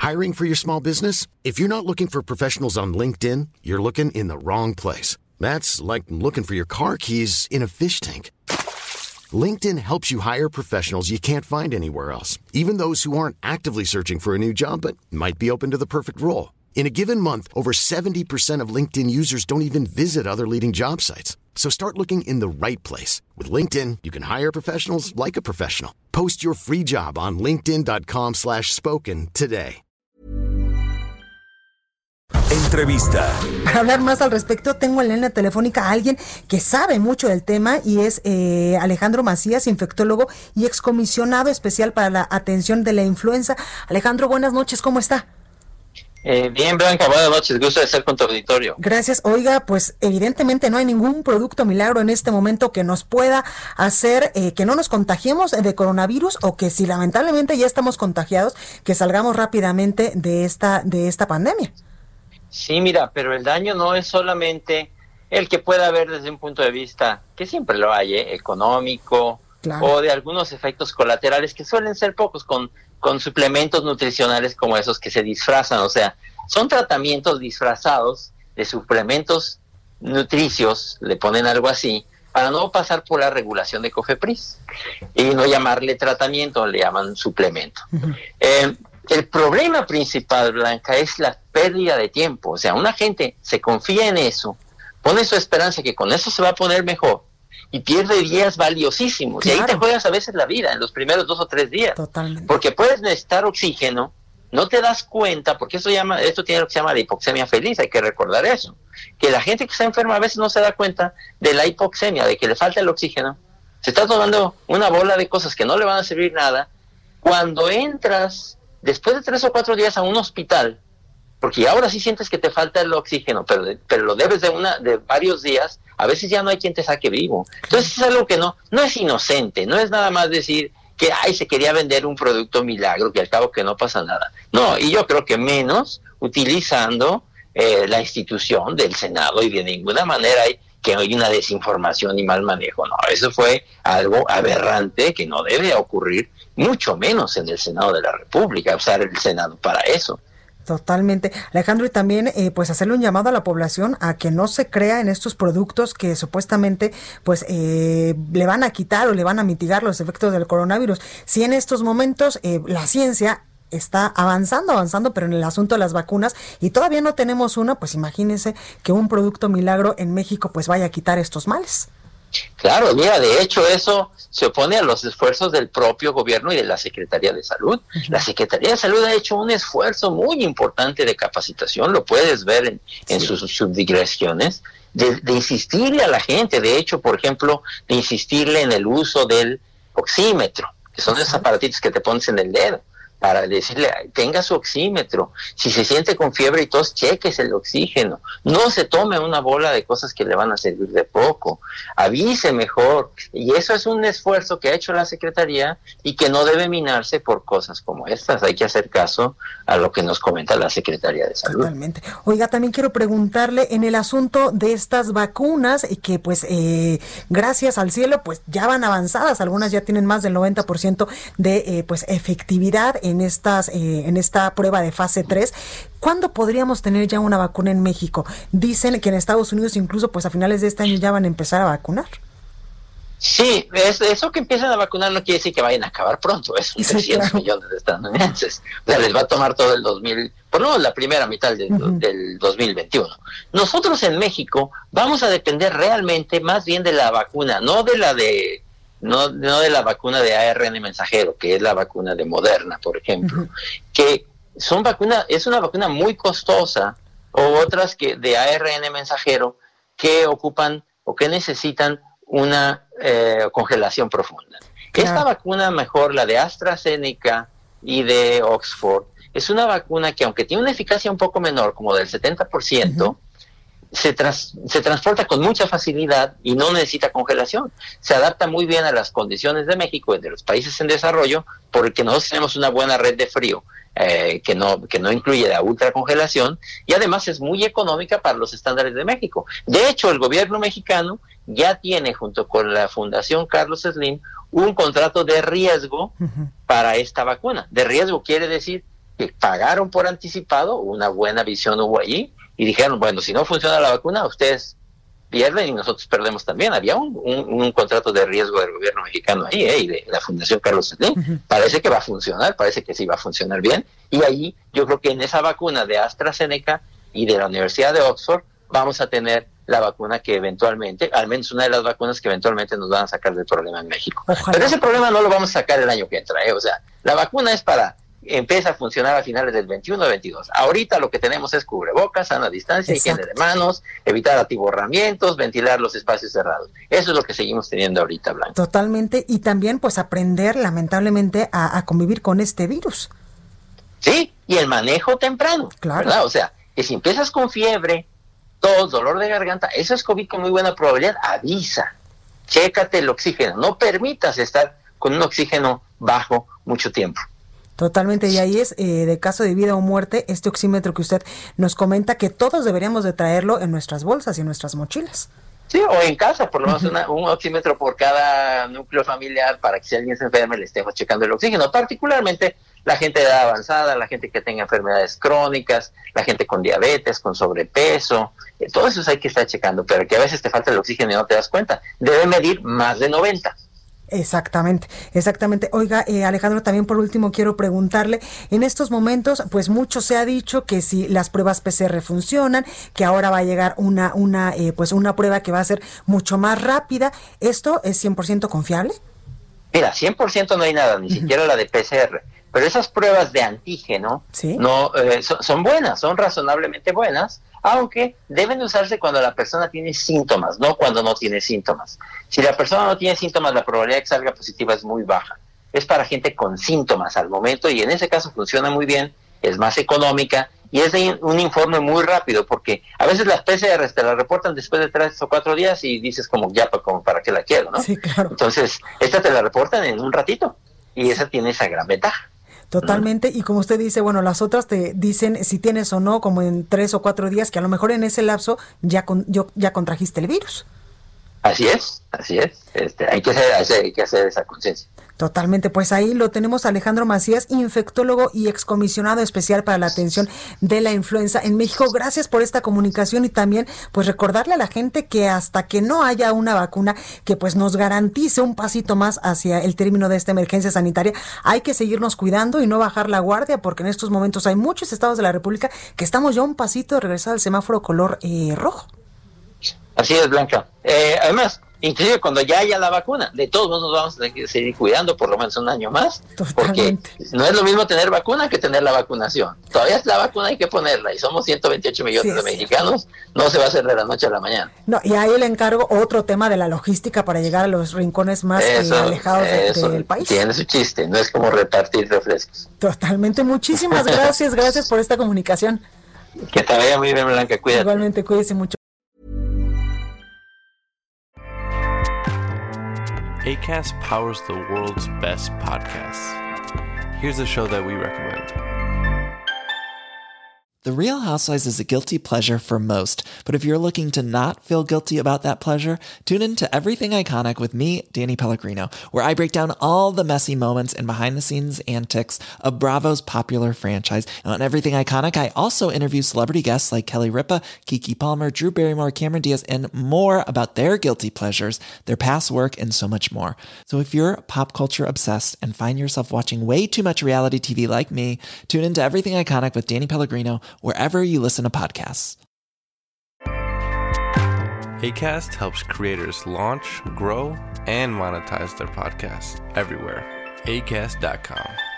Hiring for your small business? If you're not looking for professionals on LinkedIn, you're looking in the wrong place. That's like looking for your car keys in a fish tank. LinkedIn helps you hire professionals you can't find anywhere else, even those who aren't actively searching for a new job but might be open to the perfect role. In a given month, over 70% of LinkedIn users don't even visit other leading job sites. So start looking in the right place. With LinkedIn, you can hire professionals like a professional. Post your free job on linkedin.com/spoken today. Entrevista. Para hablar más al respecto, tengo en la línea telefónica a alguien que sabe mucho del tema y es Alejandro Macías, infectólogo y excomisionado especial para la atención de la influenza. Alejandro, buenas noches, ¿cómo está? Bien, Blanca, buenas noches, gusto de estar con tu auditorio. Gracias. Oiga, pues evidentemente no hay ningún producto milagro en este momento que nos pueda hacer que no nos contagiemos de coronavirus, o que si lamentablemente ya estamos contagiados, que salgamos rápidamente de esta pandemia. Sí, mira, pero el daño no es solamente el que pueda haber desde un punto de vista, que siempre lo hay, económico, claro, o de algunos efectos colaterales que suelen ser pocos, con suplementos nutricionales como esos que se disfrazan, o sea, son tratamientos disfrazados de suplementos nutricios, le ponen algo así, para no pasar por la regulación de COFEPRIS y no llamarle tratamiento, le llaman suplemento. Uh-huh. El problema principal, Blanca, es la pérdida de tiempo. O sea, una gente se confía en eso, pone su esperanza que con eso se va a poner mejor y pierde días valiosísimos. Claro. Y ahí te juegas a veces la vida en los primeros 2 o 3 días. Totalmente. Porque puedes necesitar oxígeno, no te das cuenta, porque esto tiene lo que se llama la hipoxemia feliz, hay que recordar eso. Que la gente que está enferma a veces no se da cuenta de la hipoxemia, de que le falta el oxígeno. Se está tomando una bola de cosas que no le van a servir nada. Cuando entras después de 3 o 4 días a un hospital, porque ahora sí sientes que te falta el oxígeno, pero lo debes de varios días, a veces ya no hay quien te saque vivo. Entonces es algo que no es inocente, no es nada más decir que se quería vender un producto milagro, que al cabo que no pasa nada. No, y yo creo que menos utilizando la institución del Senado, y de ninguna manera hay una desinformación y mal manejo. No, eso fue algo aberrante que no debe ocurrir, mucho menos en el Senado de la República, usar el Senado para eso. Totalmente. Alejandro, y también pues hacerle un llamado a la población a que no se crea en estos productos que supuestamente pues le van a quitar o le van a mitigar los efectos del coronavirus. Si en estos momentos la ciencia está avanzando, pero en el asunto de las vacunas, y todavía no tenemos una, pues imagínense que un producto milagro en México pues vaya a quitar estos males. Claro, mira, de hecho eso se opone a los esfuerzos del propio gobierno y de la Secretaría de Salud. Uh-huh. La Secretaría de Salud ha hecho un esfuerzo muy importante de capacitación, lo puedes ver en sus subdigresiones, de insistirle a la gente, de hecho, por ejemplo, de insistirle en el uso del oxímetro, que son esos aparatitos que te pones en el dedo, para decirle, tenga su oxímetro, si se siente con fiebre y tos, chequese el oxígeno, no se tome una bola de cosas que le van a servir de poco, avise mejor, y eso es un esfuerzo que ha hecho la Secretaría y que no debe minarse por cosas como estas. Hay que hacer caso a lo que nos comenta la Secretaría de Salud. Totalmente. Oiga, también quiero preguntarle en el asunto de estas vacunas, que pues gracias al cielo pues ya van avanzadas, algunas ya tienen más del 90% de pues efectividad en esta prueba de fase 3. ¿Cuándo podríamos tener ya una vacuna en México? Dicen que en Estados Unidos incluso pues a finales de este año ya van a empezar a vacunar. Sí, eso que empiezan a vacunar no quiere decir que vayan a acabar pronto, es 300 millones de estadounidenses. O sea, les va a tomar todo el 2000, por lo menos la primera mitad del 2021. Nosotros en México vamos a depender realmente más bien de la vacuna, no de la vacuna de ARN mensajero, que es la vacuna de Moderna, por ejemplo, uh-huh, que es una vacuna muy costosa, o otras que de ARN mensajero que ocupan o que necesitan una congelación profunda. Claro. Esta vacuna mejor, la de AstraZeneca y de Oxford, es una vacuna que, aunque tiene una eficacia un poco menor, como del 70%, uh-huh, se transporta con mucha facilidad y no necesita congelación. Se adapta muy bien a las condiciones de México y de los países en desarrollo, porque nosotros tenemos una buena red de frío que no incluye la ultracongelación, y además es muy económica para los estándares de México. De hecho, el gobierno mexicano ya tiene, junto con la Fundación Carlos Slim, un contrato de riesgo, uh-huh, para esta vacuna. De riesgo quiere decir que pagaron por anticipado, una buena visión hubo allí, y dijeron, bueno, si no funciona la vacuna, ustedes pierden y nosotros perdemos también. Había un contrato de riesgo del gobierno mexicano ahí, y de la Fundación Carlos Slim. Uh-huh. Parece que va a funcionar, parece que sí va a funcionar bien, y ahí yo creo que en esa vacuna de AstraZeneca y de la Universidad de Oxford vamos a tener la vacuna que eventualmente, al menos una de las vacunas que eventualmente nos van a sacar del problema en México. Ojalá. Pero ese problema no lo vamos a sacar el año que entra, o sea, la vacuna es para empieza a funcionar a finales del 21-22. Ahorita lo que tenemos es cubrebocas, sana distancia, higiene de manos, evitar atiborramientos, ventilar los espacios cerrados. Eso es lo que seguimos teniendo ahorita, Blanca. Totalmente, y también pues aprender lamentablemente a convivir con este virus. Sí, y el manejo temprano, claro. ¿Verdad? O sea, que si empiezas con fiebre, tos, dolor de garganta, eso es COVID con muy buena probabilidad, avisa, chécate el oxígeno, no permitas estar con un oxígeno bajo mucho tiempo. Totalmente, y ahí es de caso de vida o muerte este oxímetro que usted nos comenta que todos deberíamos de traerlo en nuestras bolsas y en nuestras mochilas. Sí, o en casa, por lo menos un oxímetro por cada núcleo familiar para que si alguien se enferme le estemos checando el oxígeno, particularmente la gente de edad avanzada, la gente que tenga enfermedades crónicas, la gente con diabetes, con sobrepeso, todo eso hay que estar checando, pero que a veces te falta el oxígeno y no te das cuenta. Debe medir más de 90. Exactamente. Oiga, Alejandro, también por último quiero preguntarle, en estos momentos, pues mucho se ha dicho que si las pruebas PCR funcionan, que ahora va a llegar una prueba que va a ser mucho más rápida. ¿Esto es 100% confiable? Mira, 100% no hay nada, ni siquiera la de PCR. Pero esas pruebas de antígeno ¿sí? no son buenas, son razonablemente buenas, aunque deben usarse cuando la persona tiene síntomas, no cuando no tiene síntomas. Si la persona no tiene síntomas, la probabilidad de que salga positiva es muy baja. Es para gente con síntomas al momento y en ese caso funciona muy bien, es más económica y es de un informe muy rápido, porque a veces las PCR te las reportan después de 3 o 4 días y dices como para qué la quiero, ¿no? Sí, claro. Entonces, esta te la reportan en un ratito y esa tiene esa gran ventaja. Totalmente, y como usted dice, bueno, las otras te dicen si tienes o no, como en 3 o 4 días, que a lo mejor en ese lapso ya contrajiste el virus. Así es. Hay que hacer esa conciencia. Totalmente, pues ahí lo tenemos, Alejandro Macías, infectólogo y excomisionado especial para la atención de la influenza en México. Gracias por esta comunicación y también pues recordarle a la gente que hasta que no haya una vacuna que pues nos garantice un pasito más hacia el término de esta emergencia sanitaria, hay que seguirnos cuidando y no bajar la guardia, porque en estos momentos hay muchos estados de la República que estamos ya un pasito de regresar al semáforo color rojo. Así es, Blanca. Además, inclusive cuando ya haya la vacuna, de todos modos nos vamos a tener que seguir cuidando por lo menos un año más. Totalmente. Porque no es lo mismo tener vacuna que tener la vacunación. Todavía es la vacuna, hay que ponerla, y somos 128 millones de mexicanos, no se va a hacer de la noche a la mañana. No, y ahí le encargo otro tema de la logística para llegar a los rincones más alejados del país. Tiene su chiste, no es como repartir refrescos. Totalmente, muchísimas gracias por esta comunicación. Que te vaya muy bien, Blanca, cuídate. Igualmente, cuídese mucho. Acast powers the world's best podcasts. Here's a show that we recommend. The Real Housewives is a guilty pleasure for most, but if you're looking to not feel guilty about that pleasure, tune in to Everything Iconic with me, Danny Pellegrino, where I break down all the messy moments and behind-the-scenes antics of Bravo's popular franchise. And on Everything Iconic, I also interview celebrity guests like Kelly Ripa, Keke Palmer, Drew Barrymore, Cameron Diaz, and more about their guilty pleasures, their past work, and so much more. So if you're pop culture obsessed and find yourself watching way too much reality TV like me, tune in to Everything Iconic with Danny Pellegrino, wherever you listen to podcasts. Acast helps creators launch, grow, and monetize their podcasts everywhere. Acast.com.